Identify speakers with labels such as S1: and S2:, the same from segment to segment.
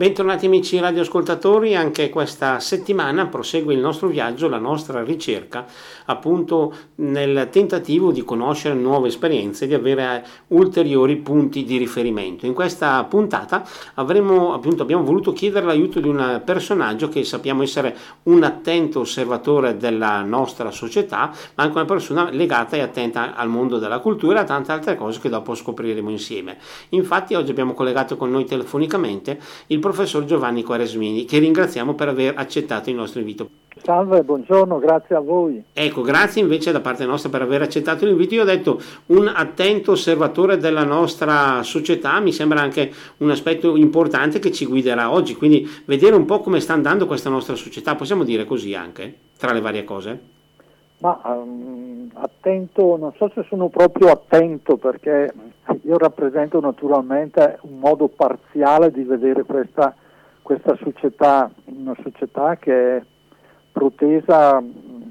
S1: Bentornati amici radioascoltatori, anche questa settimana prosegue il nostro viaggio, la nostra ricerca, appunto nel tentativo di conoscere nuove esperienze, di avere ulteriori punti di riferimento. In questa puntata abbiamo voluto chiedere l'aiuto di un personaggio che sappiamo essere un attento osservatore della nostra società, ma anche una persona legata e attenta al mondo della cultura e a tante altre cose che dopo scopriremo insieme. Infatti oggi abbiamo collegato con noi telefonicamente il professor Giovanni Quaresmini, che ringraziamo per aver accettato il nostro invito.
S2: Salve, buongiorno, grazie a voi.
S1: Ecco, grazie invece da parte nostra per aver accettato l'invito. Io ho detto un attento osservatore della nostra società, mi sembra anche un aspetto importante che ci guiderà oggi, quindi vedere un po' come sta andando questa nostra società, possiamo dire così anche, tra le varie cose?
S2: Ma attento, non so se sono proprio attento, perché io rappresento naturalmente un modo parziale di vedere questa società, una società che è protesa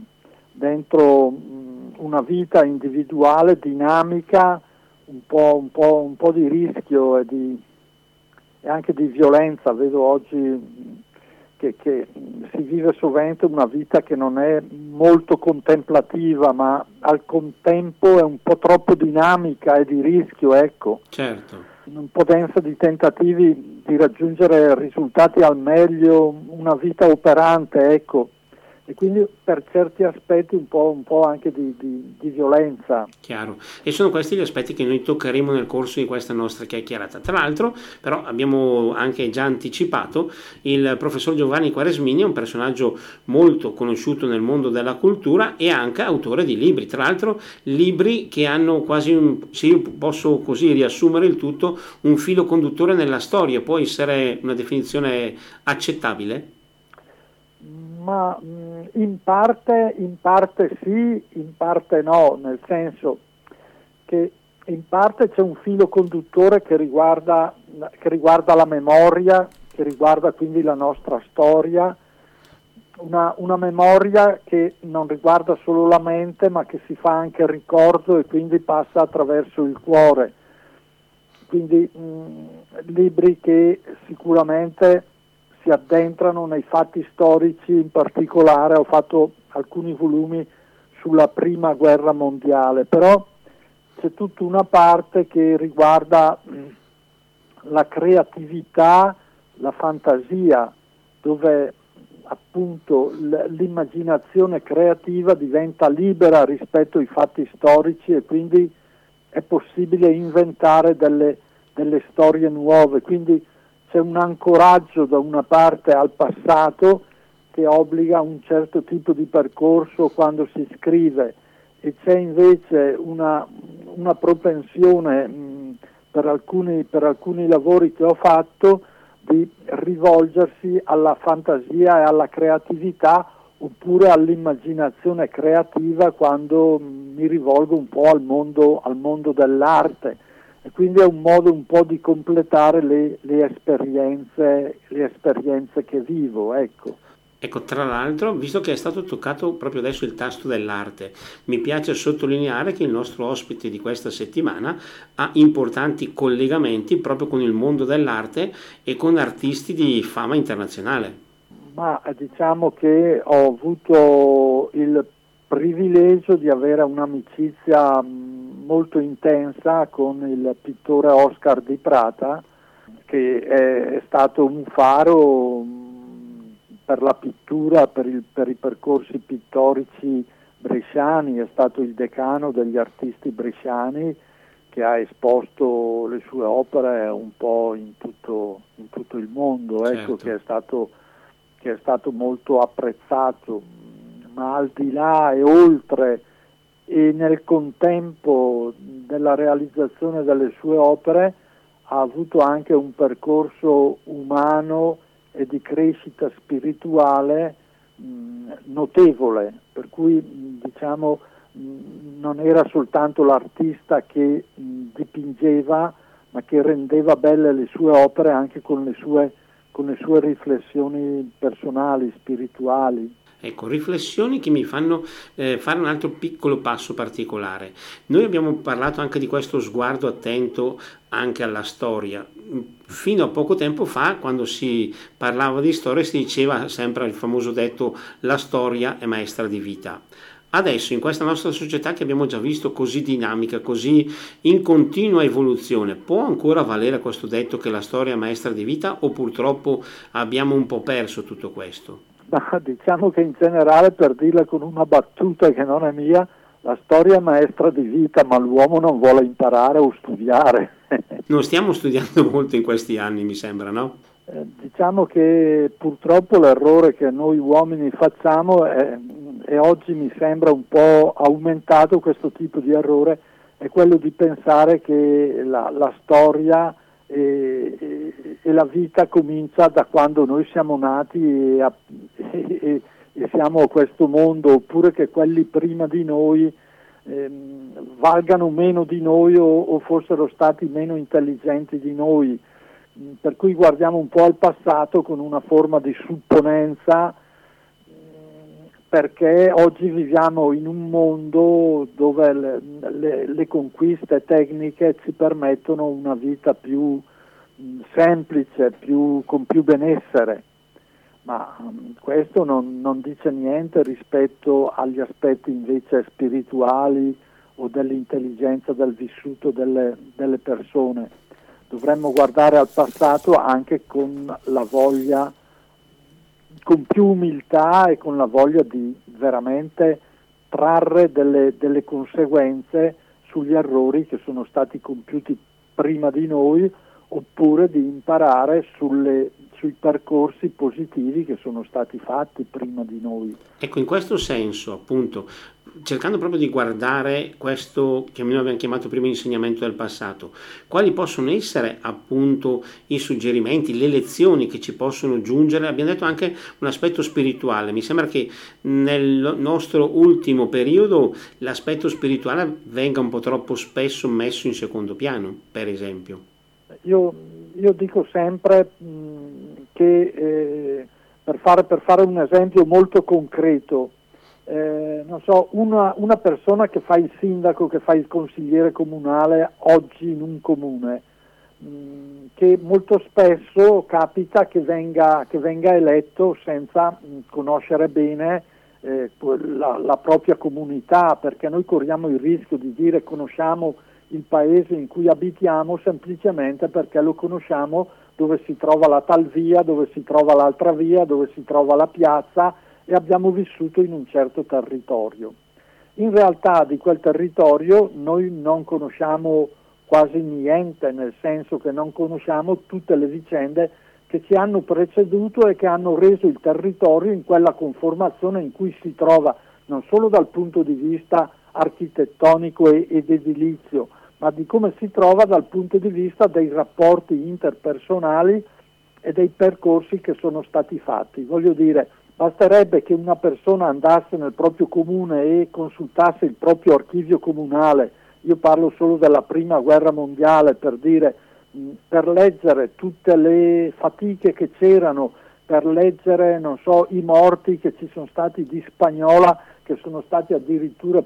S2: dentro una vita individuale, dinamica, un po' di rischio e anche di violenza. Vedo oggi che si vive sovente una vita che non è molto contemplativa, ma al contempo è un po' troppo dinamica e di rischio, ecco.
S1: Certo.
S2: Un po' densa di tentativi di raggiungere risultati al meglio, una vita operante, ecco. E quindi per certi aspetti un po' anche di violenza.
S1: Chiaro, e sono questi gli aspetti che noi toccheremo nel corso di questa nostra chiacchierata. Tra l'altro, però, abbiamo anche già anticipato, il professor Giovanni Quaresmini è un personaggio molto conosciuto nel mondo della cultura e anche autore di libri. Tra l'altro, libri che hanno quasi, se io posso così riassumere il tutto, un filo conduttore nella storia. Può essere una definizione accettabile?
S2: Ma in parte sì, in parte no, nel senso che in parte c'è un filo conduttore che riguarda la memoria, che riguarda quindi la nostra storia, una memoria che non riguarda solo la mente, ma che si fa anche ricordo e quindi passa attraverso il cuore. Quindi libri che sicuramente si addentrano nei fatti storici. In particolare ho fatto alcuni volumi sulla prima guerra mondiale, però c'è tutta una parte che riguarda la creatività, la fantasia, dove appunto l'immaginazione creativa diventa libera rispetto ai fatti storici e quindi è possibile inventare delle storie nuove. Quindi c'è un ancoraggio da una parte al passato che obbliga a un certo tipo di percorso quando si scrive, e c'è invece una propensione per alcuni lavori che ho fatto di rivolgersi alla fantasia e alla creatività, oppure all'immaginazione creativa quando mi rivolgo un po' al mondo dell'arte. E quindi è un modo un po' di completare le esperienze che vivo, ecco.
S1: Ecco, tra l'altro, visto che è stato toccato proprio adesso il tasto dell'arte, mi piace sottolineare che il nostro ospite di questa settimana ha importanti collegamenti proprio con il mondo dell'arte e con artisti di fama internazionale.
S2: Ma diciamo che ho avuto il privilegio di avere un'amicizia molto intensa con il pittore Oscar Di Prata, che è stato un faro per la pittura, per i percorsi pittorici bresciani. È stato il decano degli artisti bresciani, che ha esposto le sue opere un po' in tutto il mondo, ecco.
S1: Certo.
S2: che è stato molto apprezzato, ma al di là e oltre e nel contempo della realizzazione delle sue opere ha avuto anche un percorso umano e di crescita spirituale notevole, per cui diciamo non era soltanto l'artista che dipingeva, ma che rendeva belle le sue opere anche con le sue riflessioni personali, spirituali.
S1: Ecco, riflessioni che mi fanno fare un altro piccolo passo particolare. Noi abbiamo parlato anche di questo sguardo attento anche alla storia. Fino a poco tempo fa, quando si parlava di storia, si diceva sempre il famoso detto: la storia è maestra di vita. Adesso, in questa nostra società che abbiamo già visto così dinamica, così in continua evoluzione, può ancora valere questo detto che la storia è maestra di vita, o purtroppo abbiamo un po' perso tutto questo?
S2: Ma diciamo che in generale, per dirla con una battuta che non è mia, la storia è maestra di vita, ma l'uomo non vuole imparare o studiare.
S1: Non stiamo studiando molto in questi anni, mi sembra, no?
S2: Diciamo che purtroppo l'errore che noi uomini facciamo e oggi mi sembra un po' aumentato questo tipo di errore, è quello di pensare che la storia e la vita comincia da quando noi siamo nati e siamo a questo mondo, oppure che quelli prima di noi valgano meno di noi o fossero stati meno intelligenti di noi. Per cui guardiamo un po' al passato con una forma di supponenza, perché oggi viviamo in un mondo dove le conquiste tecniche ci permettono una vita più semplice, con più benessere, ma questo non dice niente rispetto agli aspetti invece spirituali o dell'intelligenza del vissuto delle persone. Dovremmo guardare al passato anche con la voglia, con più umiltà e con la voglia di veramente trarre delle conseguenze sugli errori che sono stati compiuti prima di noi, oppure di imparare sui percorsi positivi che sono stati fatti prima di noi.
S1: Ecco, in questo senso, appunto, cercando proprio di guardare questo che noi abbiamo chiamato prima insegnamento del passato, quali possono essere appunto i suggerimenti, le lezioni che ci possono giungere? Abbiamo detto anche un aspetto spirituale. Mi sembra che nel nostro ultimo periodo l'aspetto spirituale venga un po' troppo spesso messo in secondo piano, per esempio.
S2: Io dico sempre che per fare un esempio molto concreto, non so, una persona che fa il sindaco, che fa il consigliere comunale oggi in un comune, che molto spesso capita che venga eletto senza conoscere bene la propria comunità, perché noi corriamo il rischio di dire conosciamo il paese in cui abitiamo semplicemente perché lo conosciamo, dove si trova la tal via, dove si trova l'altra via, dove si trova la piazza, e abbiamo vissuto in un certo territorio. In realtà di quel territorio noi non conosciamo quasi niente, nel senso che non conosciamo tutte le vicende che ci hanno preceduto e che hanno reso il territorio in quella conformazione in cui si trova, non solo dal punto di vista architettonico ed edilizio, ma di come si trova dal punto di vista dei rapporti interpersonali e dei percorsi che sono stati fatti. Voglio dire, basterebbe che una persona andasse nel proprio comune e consultasse il proprio archivio comunale, io parlo solo della prima guerra mondiale, per dire, per leggere tutte le fatiche che c'erano, per leggere, non so, i morti che ci sono stati di Spagnola, che sono stati addirittura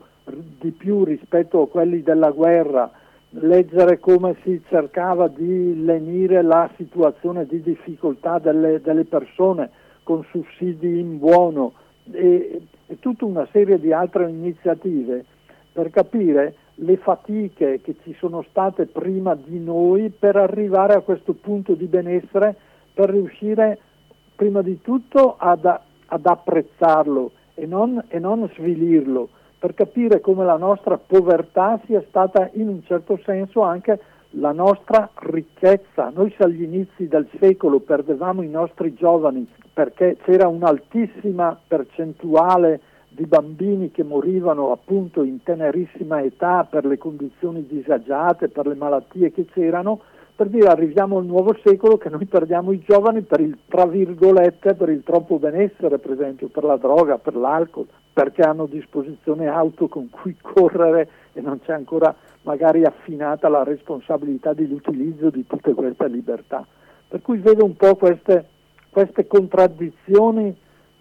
S2: di più rispetto a quelli della guerra, leggere come si cercava di lenire la situazione di difficoltà delle persone con sussidi in buono e tutta una serie di altre iniziative per capire le fatiche che ci sono state prima di noi per arrivare a questo punto di benessere, per riuscire prima di tutto ad apprezzarlo e non svilirlo, per capire come la nostra povertà sia stata in un certo senso anche la nostra ricchezza. Noi se agli inizi del secolo perdevamo i nostri giovani perché c'era un'altissima percentuale di bambini che morivano appunto in tenerissima età per le condizioni disagiate, per le malattie che c'erano, per dire arriviamo al nuovo secolo che noi perdiamo i giovani per il, tra virgolette, per il troppo benessere, per esempio per la droga, per l'alcol, perché hanno a disposizione auto con cui correre e non c'è ancora magari affinata la responsabilità dell'utilizzo di tutte queste libertà. Per cui vedo un po' queste contraddizioni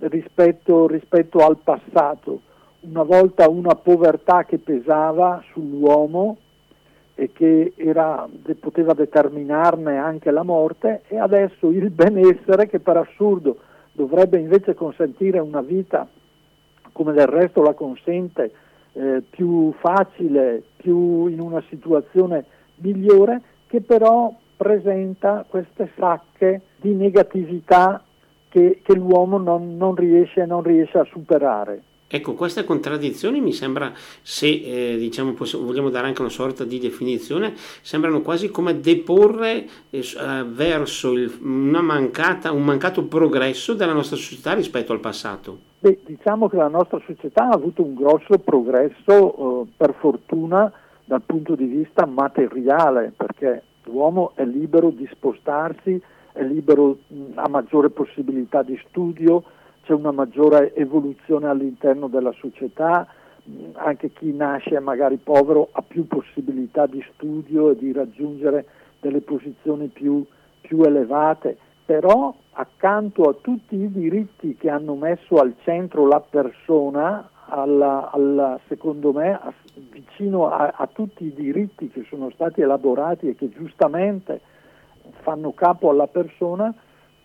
S2: rispetto al passato. Una volta una povertà che pesava sull'uomo e che poteva determinarne anche la morte, e adesso il benessere, che per assurdo dovrebbe invece consentire una vita come del resto la consente, più facile, più in una situazione migliore, che però presenta queste sacche di negatività che l'uomo non riesce a superare.
S1: Ecco, queste contraddizioni mi sembra, se diciamo vogliamo dare anche una sorta di definizione, sembrano quasi come deporre verso un mancato progresso della nostra società rispetto al passato.
S2: Beh, diciamo che la nostra società ha avuto un grosso progresso, per fortuna, dal punto di vista materiale, perché l'uomo è libero di spostarsi, è libero, ha maggiore possibilità di studio, c'è una maggiore evoluzione all'interno della società, anche chi nasce magari povero ha più possibilità di studio e di raggiungere delle posizioni più elevate, però accanto a tutti i diritti che hanno messo al centro la persona, secondo me, vicino a tutti i diritti che sono stati elaborati e che giustamente fanno capo alla persona,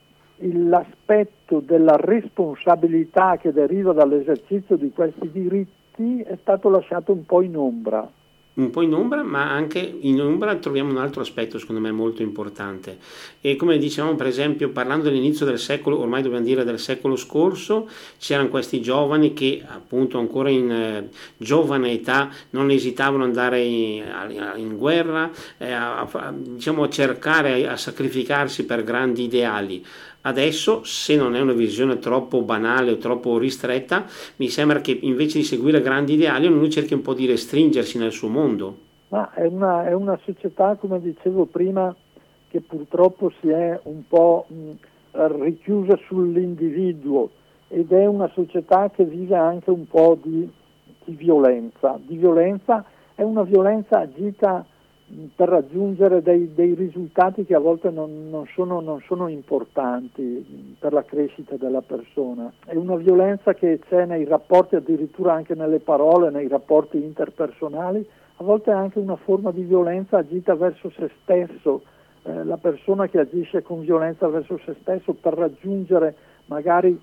S2: l'aspetto della responsabilità che deriva dall'esercizio di questi diritti è stato lasciato un po' in ombra.
S1: Un po' in ombra, ma anche in ombra troviamo un altro aspetto secondo me molto importante, e come dicevamo, per esempio, parlando dell'inizio del secolo, ormai dobbiamo dire del secolo scorso, c'erano questi giovani che appunto ancora in giovane età non esitavano ad andare in guerra, diciamo a cercare, a sacrificarsi per grandi ideali. Adesso, se non è una visione troppo banale o troppo ristretta, mi sembra che invece di seguire grandi ideali ognuno cerchi un po' di restringersi nel suo mondo.
S2: Ma è una società, come dicevo prima, che purtroppo si è un po' richiusa sull'individuo, ed è una società che vive anche un po' di violenza. Di violenza, è una violenza agita per raggiungere dei risultati che a volte non sono importanti per la crescita della persona. È una violenza che c'è nei rapporti, addirittura anche nelle parole, nei rapporti interpersonali. A volte è anche una forma di violenza agita verso se stesso, la persona che agisce con violenza verso se stesso per raggiungere magari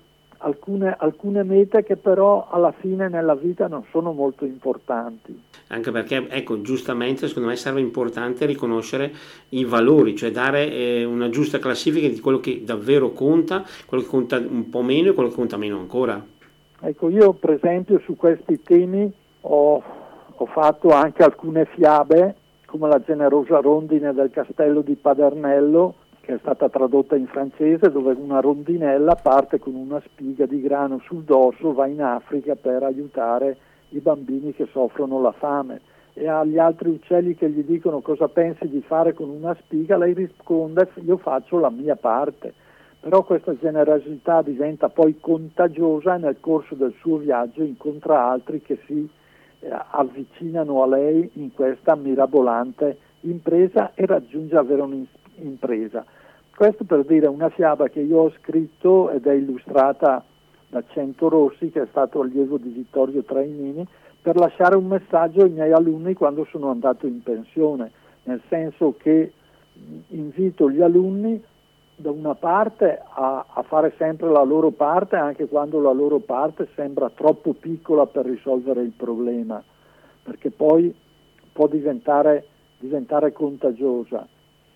S2: alcune mete che però alla fine nella vita non sono molto importanti.
S1: Anche perché, ecco, giustamente secondo me serve importante riconoscere i valori, cioè dare una giusta classifica di quello che davvero conta, quello che conta un po' meno e quello che conta meno ancora.
S2: Ecco, io per esempio su questi temi ho fatto anche alcune fiabe, come La generosa rondine del castello di Padernello, che è stata tradotta in francese, dove una rondinella parte con una spiga di grano sul dorso, va in Africa per aiutare i bambini che soffrono la fame, e agli altri uccelli che gli dicono cosa pensi di fare con una spiga, lei risponde: io faccio la mia parte. Però questa generosità diventa poi contagiosa e nel corso del suo viaggio incontra altri che si avvicinano a lei in questa mirabolante impresa e raggiunge avere un'impresa. Questo per dire una fiaba che io ho scritto ed è illustrata da Cento Rossi, che è stato allievo di Vittorio Trainini, per lasciare un messaggio ai miei alunni quando sono andato in pensione, nel senso che invito gli alunni da una parte a fare sempre la loro parte, anche quando la loro parte sembra troppo piccola per risolvere il problema, perché poi può diventare contagiosa,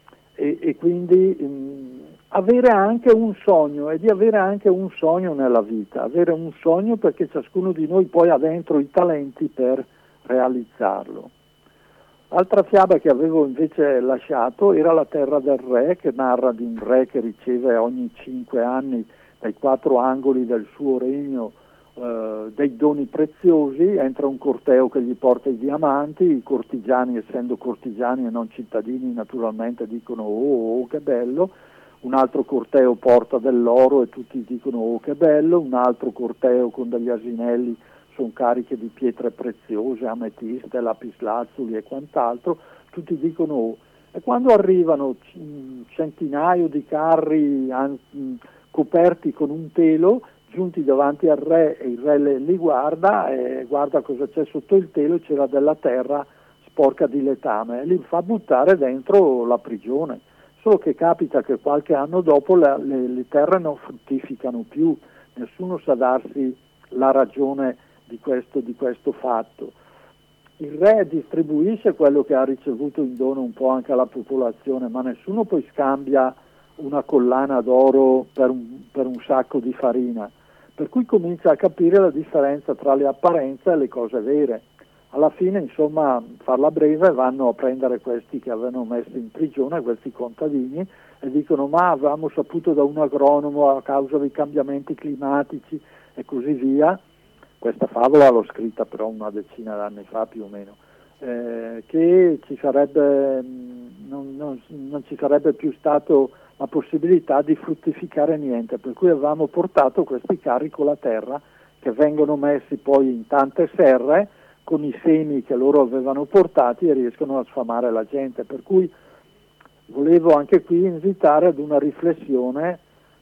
S2: e quindi avere anche un sogno, e di avere anche un sogno nella vita, avere un sogno perché ciascuno di noi poi ha dentro i talenti per realizzarlo. Altra fiaba che avevo invece lasciato era La terra del re, che narra di un re che riceve ogni 5 anni dai 4 angoli del suo regno dei doni preziosi. Entra un corteo che gli porta i diamanti, i cortigiani, essendo cortigiani e non cittadini, naturalmente dicono oh che bello. Un altro corteo porta dell'oro e tutti dicono oh che bello. Un altro corteo con degli asinelli sono cariche di pietre preziose, ametiste, lapislazzuli e quant'altro, tutti dicono oh. E quando arrivano centinaio di carri coperti con un telo, giunti davanti al re e il re li guarda e guarda cosa c'è sotto il telo, c'era della terra sporca di letame e li fa buttare dentro la prigione. Solo che capita che qualche anno dopo le terre non fruttificano più, nessuno sa darsi la ragione di questo fatto. Il re distribuisce quello che ha ricevuto in dono un po' anche alla popolazione, ma nessuno poi scambia una collana d'oro per un sacco di farina, per cui comincia a capire la differenza tra le apparenze e le cose vere. Alla fine, insomma, farla breve, vanno a prendere questi che avevano messo in prigione, questi contadini, e dicono: ma avevamo saputo da un agronomo a causa dei cambiamenti climatici e così via. Questa favola l'ho scritta però una decina d'anni fa più o meno, che ci sarebbe, non ci sarebbe più stato la possibilità di fruttificare niente, per cui avevamo portato questi carri con la terra che vengono messi poi in tante serre con i semi che loro avevano portati e riescono a sfamare la gente, per cui volevo anche qui invitare ad una riflessione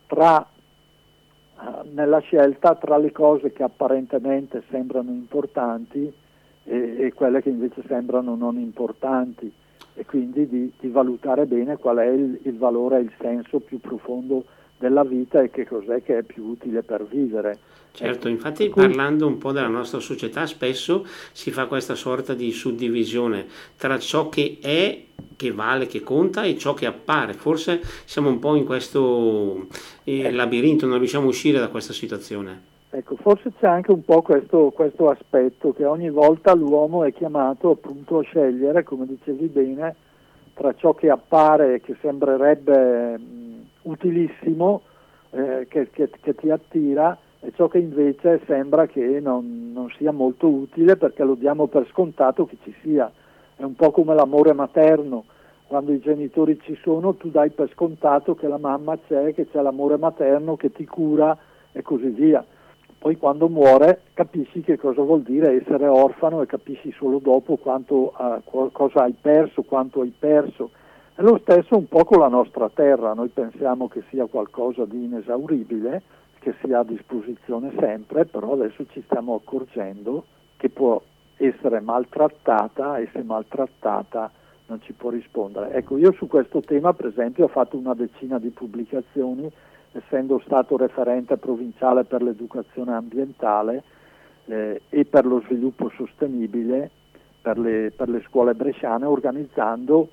S2: nella scelta tra le cose che apparentemente sembrano importanti e quelle che invece sembrano non importanti, e quindi di valutare bene qual è il valore e il senso più profondo della vita e che cos'è che è più utile per vivere.
S1: Certo, infatti parlando un po' della nostra società spesso si fa questa sorta di suddivisione tra ciò che è, che vale, che conta e ciò che appare. Forse siamo un po' in questo labirinto, non riusciamo a uscire da questa situazione.
S2: Ecco, forse c'è anche un po' questo aspetto, che ogni volta l'uomo è chiamato appunto a scegliere, come dicevi bene, tra ciò che appare e che sembrerebbe utilissimo, che ti attira, e ciò che invece sembra che non sia molto utile perché lo diamo per scontato che ci sia. È un po' come l'amore materno: quando i genitori ci sono tu dai per scontato che la mamma c'è, che c'è l'amore materno che ti cura e così via. Poi quando muore capisci che cosa vuol dire essere orfano e capisci solo dopo cosa hai perso, quanto hai perso. È lo stesso un po' con la nostra terra: noi pensiamo che sia qualcosa di inesauribile, che sia a disposizione sempre, però adesso ci stiamo accorgendo che può essere maltrattata e se maltrattata non ci può rispondere. Ecco, io su questo tema per esempio ho fatto una decina di pubblicazioni, essendo stato referente provinciale per l'educazione ambientale e per lo sviluppo sostenibile per le scuole bresciane, organizzando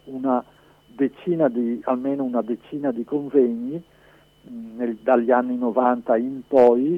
S2: almeno una decina di convegni dagli anni 90 in poi,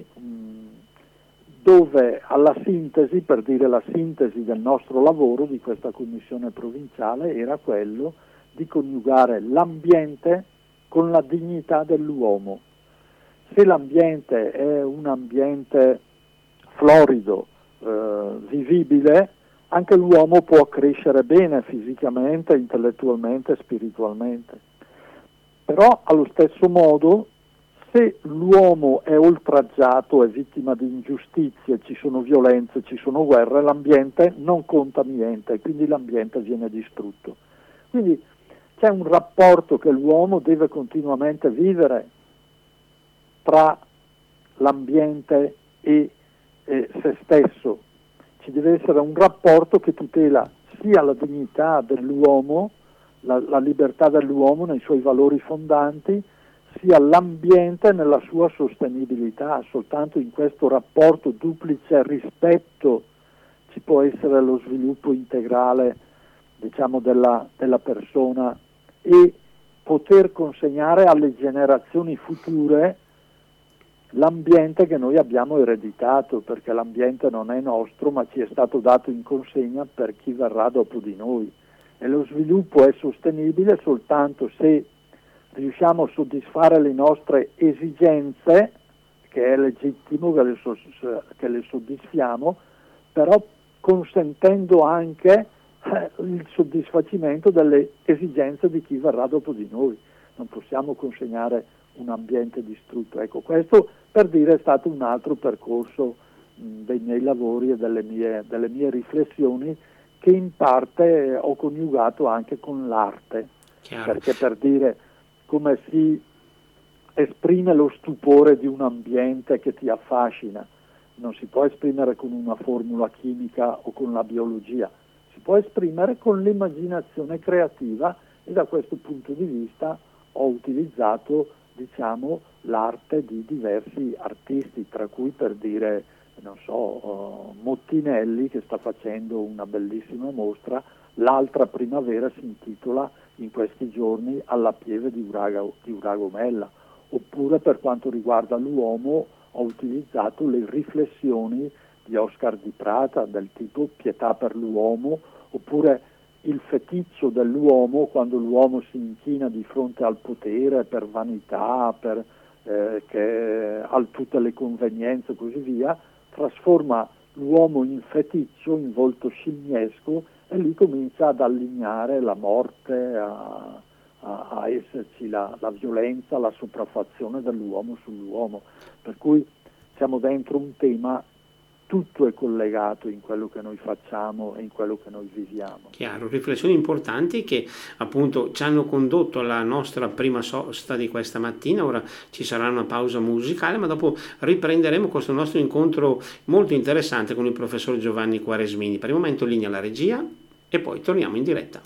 S2: dove alla sintesi, per dire la sintesi del nostro lavoro di questa commissione provinciale, era quello di coniugare l'ambiente con la dignità dell'uomo. Se l'ambiente è un ambiente florido, vivibile, anche l'uomo può crescere bene fisicamente, intellettualmente, spiritualmente. Però allo stesso modo, se l'uomo è oltraggiato, è vittima di ingiustizie, ci sono violenze, ci sono guerre, l'ambiente non conta niente, quindi l'ambiente viene distrutto. Quindi c'è un rapporto che l'uomo deve continuamente vivere tra l'ambiente e se stesso. Ci deve essere un rapporto che tutela sia la dignità dell'uomo, la libertà dell'uomo nei suoi valori fondanti, sia l'ambiente nella sua sostenibilità. Soltanto in questo rapporto duplice rispetto ci può essere lo sviluppo integrale, diciamo, della persona, e poter consegnare alle generazioni future l'ambiente che noi abbiamo ereditato, perché l'ambiente non è nostro ma ci è stato dato in consegna per chi verrà dopo di noi, e lo sviluppo è sostenibile soltanto se riusciamo a soddisfare le nostre esigenze, che è legittimo che le soddisfiamo, però consentendo anche il soddisfacimento delle esigenze di chi verrà dopo di noi. Non possiamo consegnare un ambiente distrutto. Ecco, questo per dire è stato un altro percorso dei miei lavori e delle mie riflessioni, che in parte ho coniugato anche con l'arte. Chiaro. Perché per dire come si esprime lo stupore di un ambiente che ti affascina. Non si può esprimere con una formula chimica o con la biologia, si può esprimere con l'immaginazione creativa, e da questo punto di vista ho utilizzato, diciamo, l'arte di diversi artisti, tra cui, per dire, non so, Mottinelli, che sta facendo una bellissima mostra. L'altra primavera si intitola in questi giorni Alla pieve di Uragomella. Oppure, per quanto riguarda l'uomo, ho utilizzato le riflessioni di Oscar Di Prata, del tipo Pietà per l'uomo, oppure il feticcio dell'uomo, quando l'uomo si inchina di fronte al potere per vanità, per che ha tutte le convenienze e così via, trasforma l'uomo in feticcio, in volto scimmiesco, e lì comincia ad allineare la morte, a esserci la violenza, la sopraffazione dell'uomo sull'uomo. Per cui siamo dentro un tema, tutto è collegato in quello che noi facciamo e in quello che noi viviamo.
S1: Chiaro, riflessioni importanti che appunto ci hanno condotto alla nostra prima sosta di questa mattina. Ora ci sarà una pausa musicale, ma dopo riprenderemo questo nostro incontro molto interessante con il professor Giovanni Quaresmini. Per il momento linea alla regia e poi torniamo in diretta.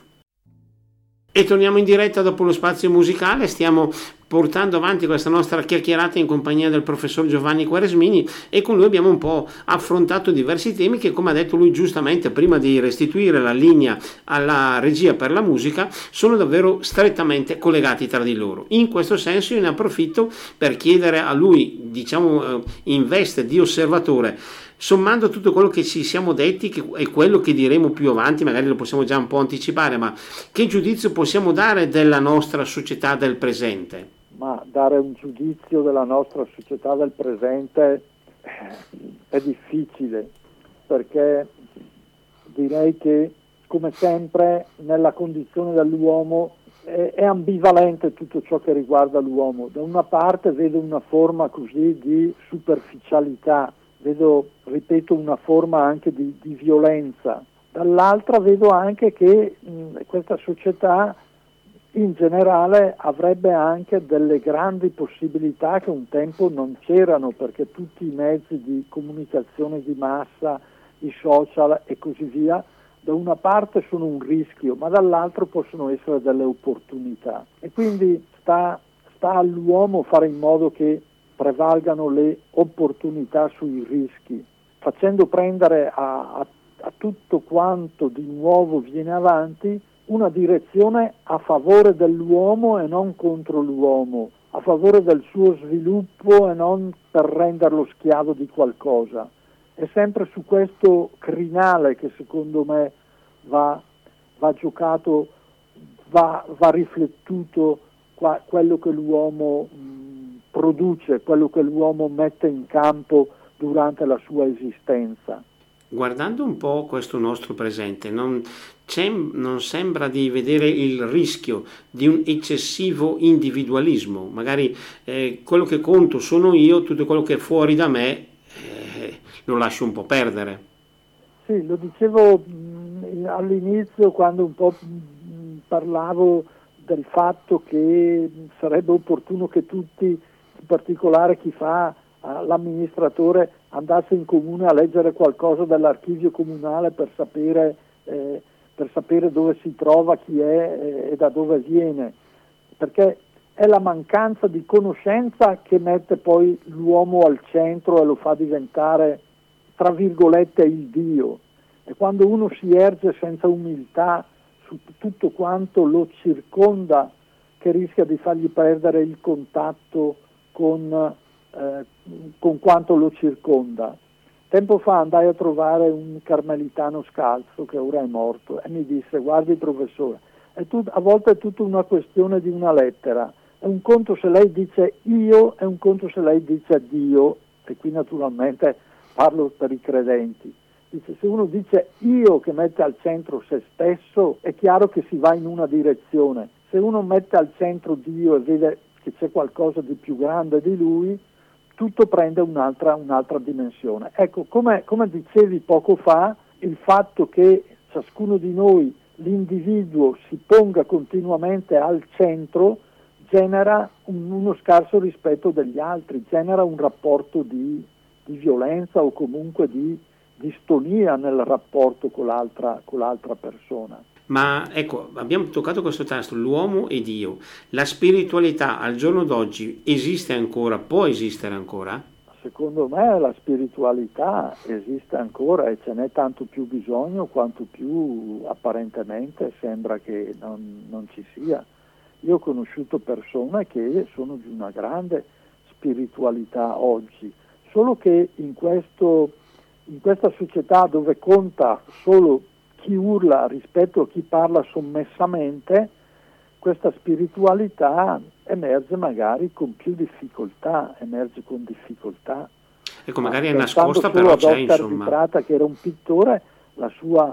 S1: E torniamo in diretta dopo lo spazio musicale. Stiamo portando avanti questa nostra chiacchierata in compagnia del professor Giovanni Quaresmini, e con lui abbiamo un po' affrontato diversi temi che, come ha detto lui giustamente, prima di restituire la linea alla regia per la musica, sono davvero strettamente collegati tra di loro. In questo senso io ne approfitto per chiedere a lui, diciamo in veste di osservatore, sommando tutto quello che ci siamo detti e quello che diremo più avanti, magari lo possiamo già un po' anticipare, ma che giudizio possiamo dare della nostra società del presente?
S2: Ma dare un giudizio della nostra società del presente è difficile, perché direi che, come sempre, nella condizione dell'uomo è ambivalente tutto ciò che riguarda l'uomo. Da una parte vedo una forma così di superficialità, vedo, ripeto, una forma anche di violenza. Dall'altra vedo anche che questa società in generale avrebbe anche delle grandi possibilità che un tempo non c'erano, perché tutti i mezzi di comunicazione di massa, i social e così via, da una parte sono un rischio, ma dall'altro possono essere delle opportunità. E quindi sta all'uomo fare in modo che prevalgano le opportunità sui rischi, facendo prendere a tutto quanto di nuovo viene avanti una direzione a favore dell'uomo e non contro l'uomo, a favore del suo sviluppo e non per renderlo schiavo di qualcosa. È sempre su questo crinale che secondo me va giocato, va riflettuto quello che l'uomo produce, quello che l'uomo mette in campo durante la sua esistenza.
S1: Guardando un po' questo nostro presente, non sembra di vedere il rischio di un eccessivo individualismo. Magari quello che conto sono io, tutto quello che è fuori da me lo lascio un po' perdere.
S2: Sì, lo dicevo all'inizio, quando un po' parlavo del fatto che sarebbe opportuno che tutti, in particolare chi fa l'amministratore, andasse in comune a leggere qualcosa dall'archivio comunale per sapere dove si trova, chi è e da dove viene, perché è la mancanza di conoscenza che mette poi l'uomo al centro e lo fa diventare, tra virgolette, il Dio. E quando uno si erge senza umiltà su tutto quanto lo circonda, che rischia di fargli perdere il contatto con quanto lo circonda. Tempo fa andai a trovare un carmelitano scalzo che ora è morto e mi disse: guardi professore, a volte è tutta una questione di una lettera, è un conto se lei dice io, è un conto se lei dice Dio, e qui naturalmente parlo per i credenti. Dice, se uno dice io, che mette al centro se stesso, è chiaro che si va in una direzione. Se uno mette al centro Dio e vede che c'è qualcosa di più grande di lui, tutto prende un'altra dimensione. Ecco, come dicevi poco fa, il fatto che ciascuno di noi, l'individuo, si ponga continuamente al centro, genera uno scarso rispetto degli altri, genera un rapporto di violenza o comunque di distonia nel rapporto con l'altra persona.
S1: Ma ecco, abbiamo toccato questo tasto, l'uomo e Dio. La spiritualità al giorno d'oggi esiste ancora, può esistere ancora?
S2: Secondo me la spiritualità esiste ancora e ce n'è tanto più bisogno quanto più apparentemente sembra che non ci sia. Io ho conosciuto persone che sono di una grande spiritualità oggi, solo che in questa società dove conta solo chi urla rispetto a chi parla sommessamente, questa spiritualità emerge magari con più difficoltà, emerge con difficoltà.
S1: Ecco, magari è nascosta, però c'è, insomma.
S2: Arbitrata, che era un pittore, la sua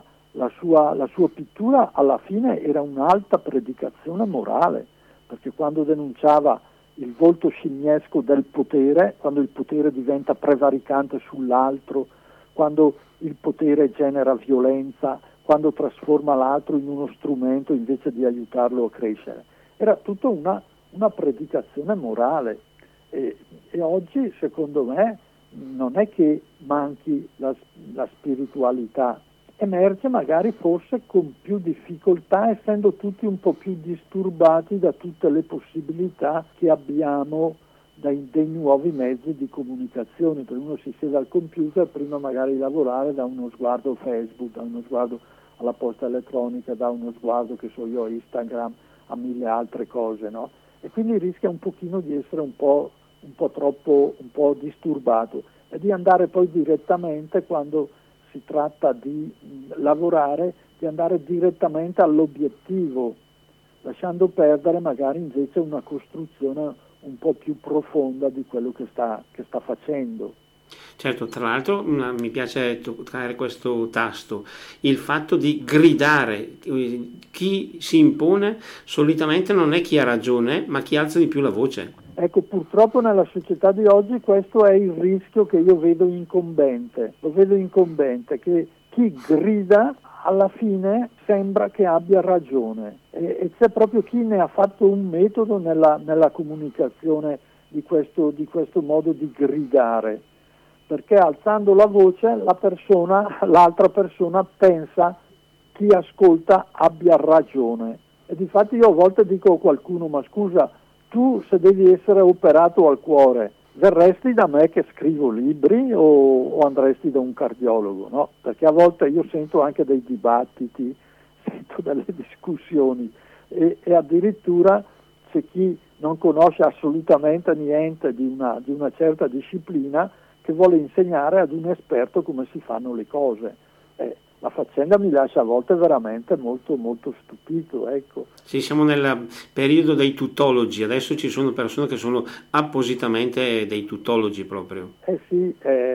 S2: pittura alla fine era un'alta predicazione morale, perché quando denunciava il volto scimmiesco del potere, quando il potere diventa prevaricante sull'altro, quando il potere genera violenza, quando trasforma l'altro in uno strumento invece di aiutarlo a crescere. Era tutta una predicazione morale e oggi secondo me non è che manchi la spiritualità, emerge magari forse con più difficoltà, essendo tutti un po' più disturbati da tutte le possibilità che abbiamo dei nuovi mezzi di comunicazione. Per uno si siede al computer, prima magari di lavorare dà uno sguardo a Facebook, dà uno sguardo alla posta elettronica, dà uno sguardo, che so io, a Instagram, a mille altre cose, no? E quindi rischia un pochino di essere un po' troppo, un po' disturbato e di andare poi direttamente, quando si tratta di lavorare, di andare direttamente all'obiettivo, lasciando perdere magari invece una costruzione un po' più profonda di quello che sta facendo.
S1: Certo, tra l'altro mi piace toccare questo tasto, il fatto di gridare. Chi si impone solitamente non è chi ha ragione, ma chi alza di più la voce.
S2: Ecco, purtroppo nella società di oggi questo è il rischio che io vedo incombente. Lo vedo incombente, che chi grida alla fine sembra che abbia ragione e c'è proprio chi ne ha fatto un metodo nella comunicazione di questo modo di gridare, perché alzando la voce l'altra persona pensa chi ascolta abbia ragione. E difatti io a volte dico a qualcuno: ma scusa, tu se devi essere operato al cuore, verresti da me che scrivo libri o andresti da un cardiologo? No? Perché a volte io sento anche dei dibattiti, sento delle discussioni e addirittura c'è chi non conosce assolutamente niente di una certa disciplina che vuole insegnare ad un esperto come si fanno le cose. La faccenda mi lascia a volte veramente molto molto stupito, ecco.
S1: Sì, siamo nel periodo dei tutologi, adesso ci sono persone che sono appositamente dei tutologi proprio.
S2: Sì,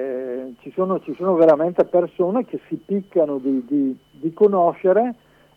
S2: ci sono veramente persone che si piccano di conoscere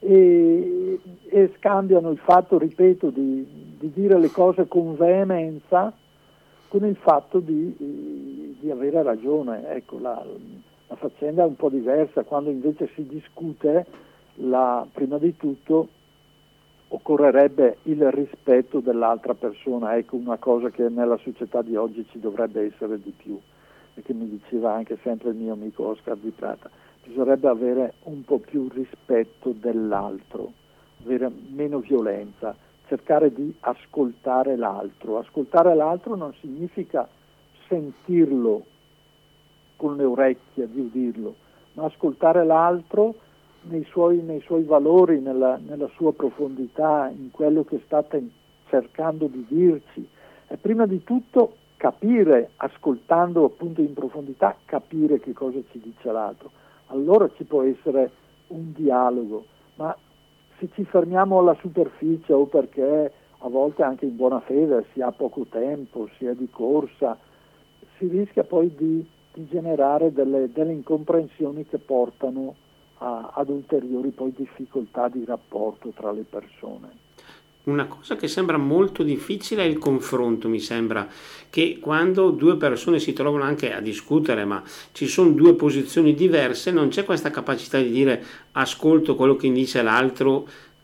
S2: e scambiano il fatto, ripeto, di dire le cose con veemenza con il fatto di avere ragione. Ecco, la faccenda è un po' diversa, quando invece si discute, prima di tutto occorrerebbe il rispetto dell'altra persona. Ecco, una cosa che nella società di oggi ci dovrebbe essere di più, e che mi diceva anche sempre il mio amico Oscar Di Prata: bisognerebbe avere un po' più rispetto dell'altro, avere meno violenza, cercare di ascoltare l'altro. Ascoltare l'altro non significa sentirlo con le orecchie, di udirlo, ma ascoltare l'altro nei suoi valori, nella sua profondità, in quello che state cercando di dirci. E prima di tutto capire, ascoltando appunto in profondità, capire che cosa ci dice l'altro. Allora ci può essere un dialogo, ma se ci fermiamo alla superficie, o perché a volte anche in buona fede si ha poco tempo, si è di corsa, si rischia poi di generare delle incomprensioni che portano ad ulteriori poi difficoltà di rapporto tra le persone.
S1: Una cosa che sembra molto difficile è il confronto. Mi sembra che quando due persone si trovano anche a discutere, ma ci sono due posizioni diverse, non c'è questa capacità di dire ascolto quello che dice l'altro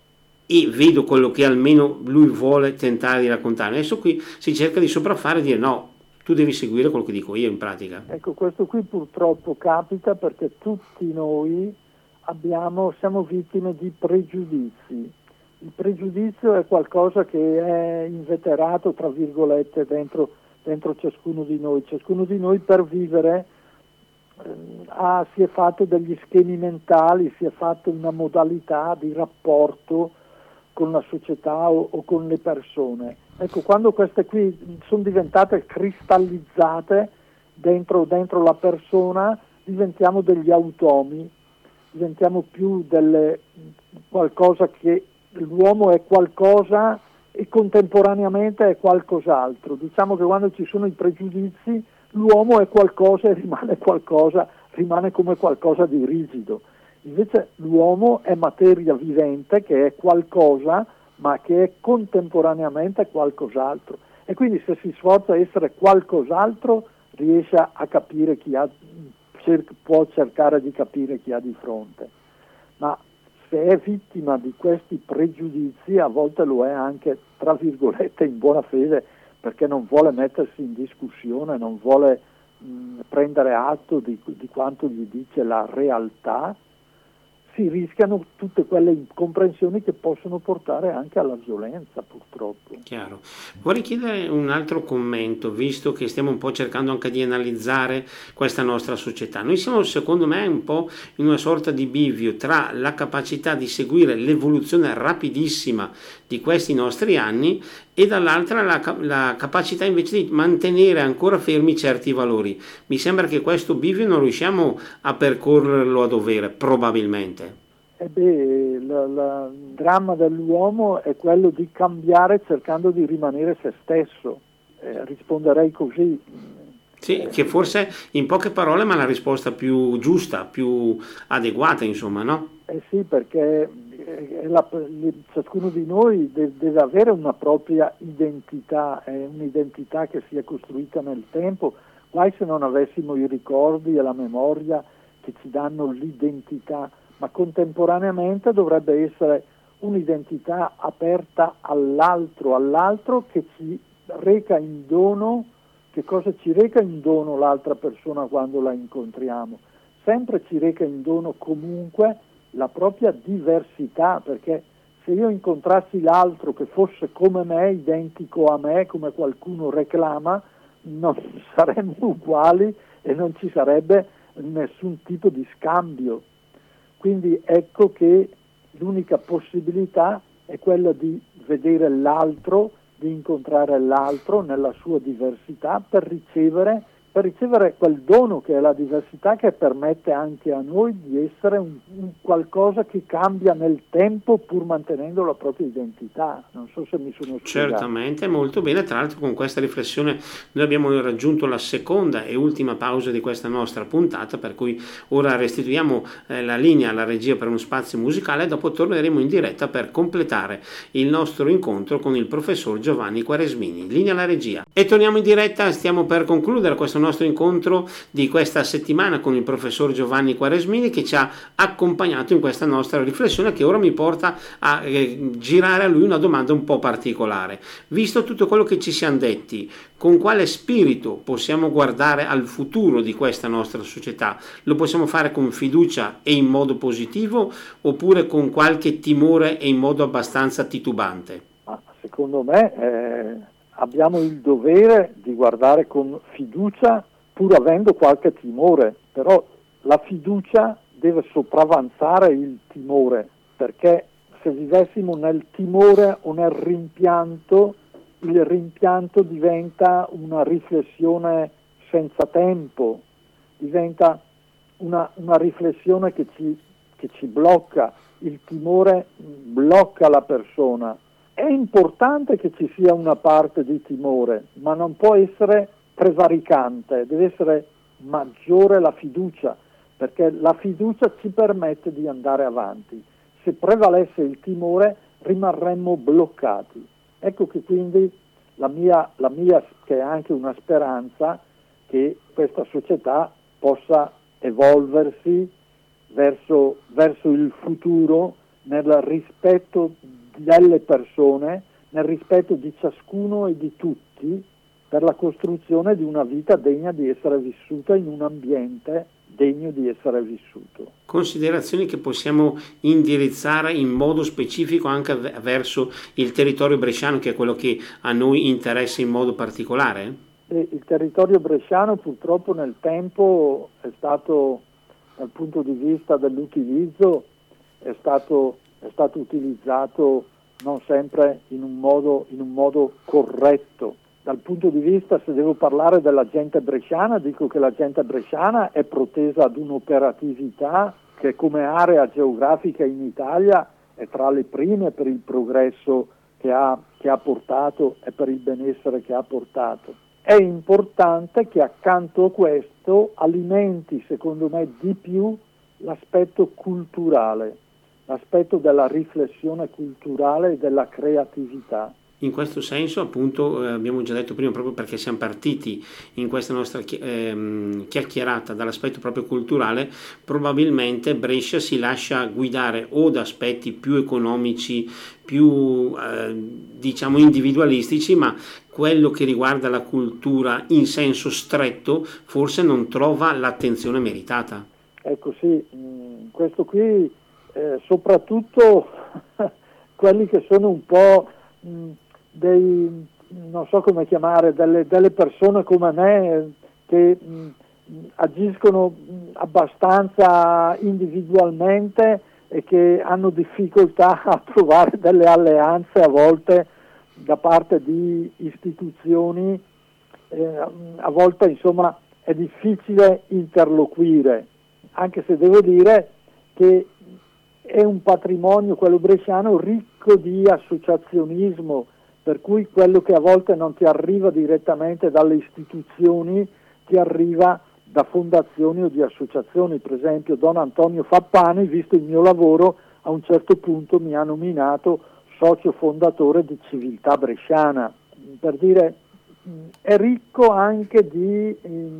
S1: e vedo quello che almeno lui vuole tentare di raccontare. Adesso qui si cerca di sopraffare e dire no, tu devi seguire quello che dico io in pratica.
S2: Ecco, questo qui purtroppo capita perché tutti noi siamo vittime di pregiudizi. Il pregiudizio è qualcosa che è inveterato, tra virgolette, dentro ciascuno di noi. Ciascuno di noi per vivere si è fatto degli schemi mentali, si è fatto una modalità di rapporto con la società o con le persone. Ecco, quando queste qui sono diventate cristallizzate dentro la persona, diventiamo degli automi, diventiamo più qualcosa che l'uomo è qualcosa e contemporaneamente è qualcos'altro. Diciamo che quando ci sono i pregiudizi l'uomo è qualcosa e rimane come qualcosa di rigido. Invece l'uomo è materia vivente che è qualcosa, ma che è contemporaneamente qualcos'altro. E quindi se si sforza di essere qualcos'altro riesce a capire può cercare di capire chi ha di fronte. Ma se è vittima di questi pregiudizi, a volte lo è anche, tra virgolette, in buona fede, perché non vuole mettersi in discussione, non vuole prendere atto di quanto gli dice la realtà, si rischiano tutte quelle incomprensioni che possono portare anche alla violenza, purtroppo.
S1: Chiaro. Vorrei chiedere un altro commento, visto che stiamo un po' cercando anche di analizzare questa nostra società. Noi siamo, secondo me, un po' in una sorta di bivio tra la capacità di seguire l'evoluzione rapidissima di questi nostri anni e dall'altra la capacità invece di mantenere ancora fermi certi valori. Mi sembra che questo bivio non riusciamo a percorrerlo a dovere, probabilmente.
S2: Il dramma dell'uomo è quello di cambiare cercando di rimanere se stesso. Risponderei così.
S1: Sì, che forse in poche parole ma la risposta più giusta, più adeguata, insomma, no?
S2: Sì, perché ciascuno di noi deve avere una propria identità, un'identità che sia costruita nel tempo. Guai se non avessimo i ricordi e la memoria che ci danno l'identità, ma contemporaneamente dovrebbe essere un'identità aperta all'altro che ci reca in dono. Che cosa ci reca in dono l'altra persona quando la incontriamo? Sempre ci reca in dono comunque la propria diversità, perché se io incontrassi l'altro che fosse come me, identico a me, come qualcuno reclama, non saremmo uguali e non ci sarebbe nessun tipo di scambio. Quindi ecco che l'unica possibilità è quella di vedere l'altro, di incontrare l'altro nella sua diversità per ricevere quel dono che è la diversità, che permette anche a noi di essere un qualcosa che cambia nel tempo pur mantenendo la propria identità. Non so se mi sono spiegato.
S1: Certamente, molto bene. Tra l'altro con questa riflessione noi abbiamo raggiunto la seconda e ultima pausa di questa nostra puntata, per cui ora restituiamo la linea alla regia per uno spazio musicale e dopo torneremo in diretta per completare il nostro incontro con il professor Giovanni Quaresmini. Linea alla regia. E torniamo in diretta, stiamo per concludere questo nostro incontro di questa settimana con il professor Giovanni Quaresmini, che ci ha accompagnato in questa nostra riflessione, che ora mi porta a girare a lui una domanda un po' particolare. Visto tutto quello che ci siamo detti, con quale spirito possiamo guardare al futuro di questa nostra società? Lo possiamo fare con fiducia e in modo positivo, oppure con qualche timore e in modo abbastanza titubante?
S2: Secondo me abbiamo il dovere di guardare con fiducia, pur avendo qualche timore, però la fiducia deve sopravanzare il timore, perché se vivessimo nel timore o nel rimpianto, il rimpianto diventa una riflessione senza tempo, diventa una riflessione che ci blocca, il timore blocca la persona. È importante che ci sia una parte di timore, ma non può essere prevaricante, deve essere maggiore la fiducia, perché la fiducia ci permette di andare avanti. Se prevalesse il timore rimarremmo bloccati. Ecco che quindi la mia che è anche una speranza, che questa società possa evolversi verso il futuro nel rispetto delle persone, nel rispetto di ciascuno e di tutti, per la costruzione di una vita degna di essere vissuta in un ambiente degno di essere vissuto.
S1: Considerazioni che possiamo indirizzare in modo specifico anche verso il territorio bresciano, che è quello che a noi interessa in modo particolare?
S2: Il territorio bresciano purtroppo nel tempo è stato, dal punto di vista dell'utilizzo, è stato utilizzato non sempre in un modo corretto. Dal punto di vista, se devo parlare della gente bresciana, dico che la gente bresciana è protesa ad un'operatività che come area geografica in Italia è tra le prime per il progresso che ha portato e per il benessere che ha portato. È importante che accanto a questo alimenti, secondo me, di più l'aspetto culturale, l'aspetto della riflessione culturale e della creatività.
S1: In questo senso, appunto, abbiamo già detto prima, proprio perché siamo partiti in questa nostra chiacchierata dall'aspetto proprio culturale, probabilmente Brescia si lascia guidare o da aspetti più economici, più diciamo individualistici, ma quello che riguarda la cultura in senso stretto forse non trova l'attenzione meritata.
S2: Ecco sì, questo qui soprattutto quelli che sono un po' non so come chiamare, delle persone come me che agiscono abbastanza individualmente e che hanno difficoltà a trovare delle alleanze a volte da parte di istituzioni, a volte insomma è difficile interloquire, anche se devo dire che è un patrimonio, quello bresciano, ricco di associazionismo, per cui quello che a volte non ti arriva direttamente dalle istituzioni ti arriva da fondazioni o di associazioni. Per esempio Don Antonio Fappani, visto il mio lavoro, a un certo punto mi ha nominato socio fondatore di Civiltà Bresciana. Per dire, è ricco anche di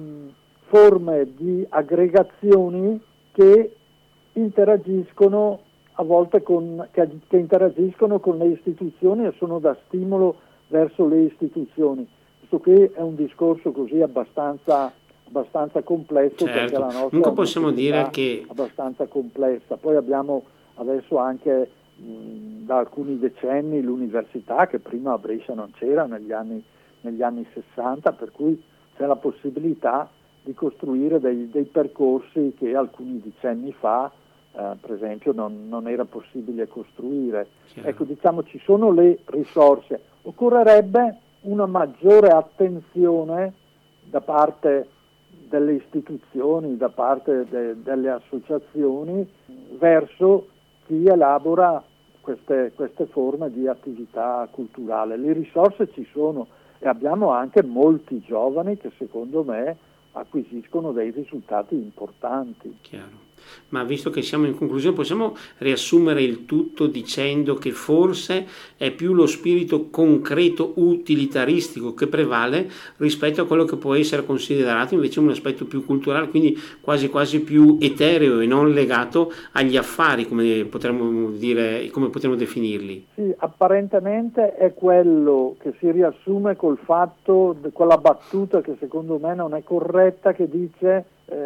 S2: forme di aggregazioni che interagiscono a volte che interagiscono con le istituzioni e sono da stimolo verso le istituzioni. Questo qui è un discorso così abbastanza complesso,
S1: certo.
S2: Perché la nostra
S1: comunque possiamo dire che
S2: abbastanza complessa. Poi abbiamo adesso anche da alcuni decenni l'università, che prima a Brescia non c'era negli anni 60, per cui c'è la possibilità di costruire dei percorsi che alcuni decenni fa per esempio non era possibile costruire.
S1: Chiaro.
S2: Ecco, diciamo, ci sono le risorse, occorrerebbe una maggiore attenzione da parte delle istituzioni, da parte delle associazioni verso chi elabora queste forme di attività culturale. Le risorse ci sono e abbiamo anche molti giovani che secondo me acquisiscono dei risultati importanti.
S1: Chiaro. Ma visto che siamo in conclusione, possiamo riassumere il tutto dicendo che forse è più lo spirito concreto utilitaristico che prevale rispetto a quello che può essere considerato invece un aspetto più culturale, quindi quasi più etereo e non legato agli affari, come potremmo dire, come potremmo definirli.
S2: Sì, apparentemente è quello che si riassume col fatto, quella battuta che secondo me non è corretta, che dice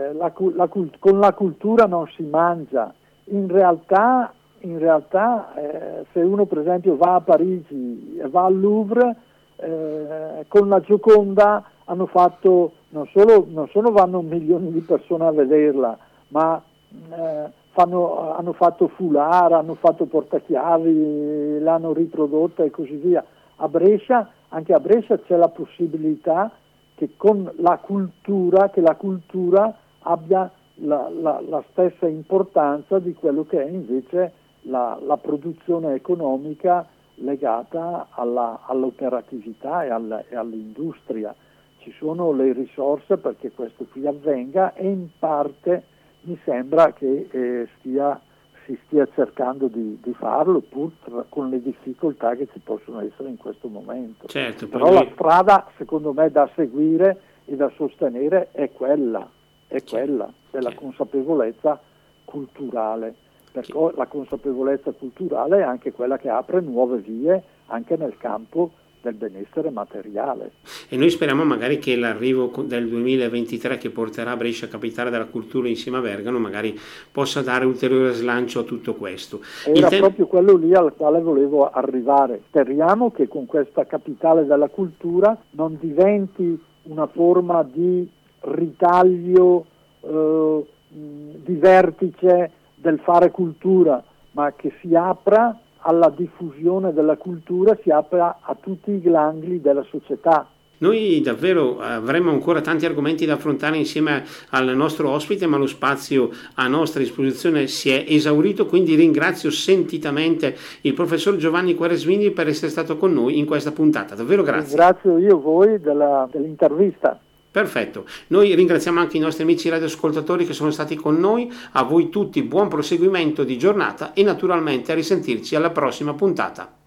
S2: con la cultura non si mangia. In realtà se uno per esempio va a Parigi e va al Louvre, con la Gioconda hanno fatto, non solo vanno milioni di persone a vederla, ma hanno fatto foulard, hanno fatto portachiavi, l'hanno riprodotta e così via. Anche a Brescia c'è la possibilità che la cultura abbia la stessa importanza di quello che è invece la produzione economica legata all'operatività e all'industria. Ci sono le risorse perché questo qui avvenga e in parte mi sembra che si stia cercando di farlo, pur con le difficoltà che ci possono essere in questo momento.
S1: Certo,
S2: però la strada secondo me da seguire e da sostenere è quella della consapevolezza culturale. perché la consapevolezza culturale è anche quella che apre nuove vie anche nel campo del benessere materiale.
S1: E noi speriamo magari che l'arrivo del 2023, che porterà Brescia capitale della cultura insieme a Bergamo, magari possa dare ulteriore slancio a tutto questo.
S2: Era proprio quello lì al quale volevo arrivare. Speriamo che con questa capitale della cultura non diventi una forma di ritaglio di vertice del fare cultura, ma che si apra alla diffusione della cultura, si apre a tutti i gangli della società.
S1: Noi davvero avremmo ancora tanti argomenti da affrontare insieme al nostro ospite, ma lo spazio a nostra disposizione si è esaurito, quindi ringrazio sentitamente il professor Giovanni Quaresmini per essere stato con noi in questa puntata. Davvero grazie.
S2: Ringrazio io voi dell'intervista.
S1: Perfetto, noi ringraziamo anche i nostri amici radioascoltatori che sono stati con noi, a voi tutti buon proseguimento di giornata e naturalmente a risentirci alla prossima puntata.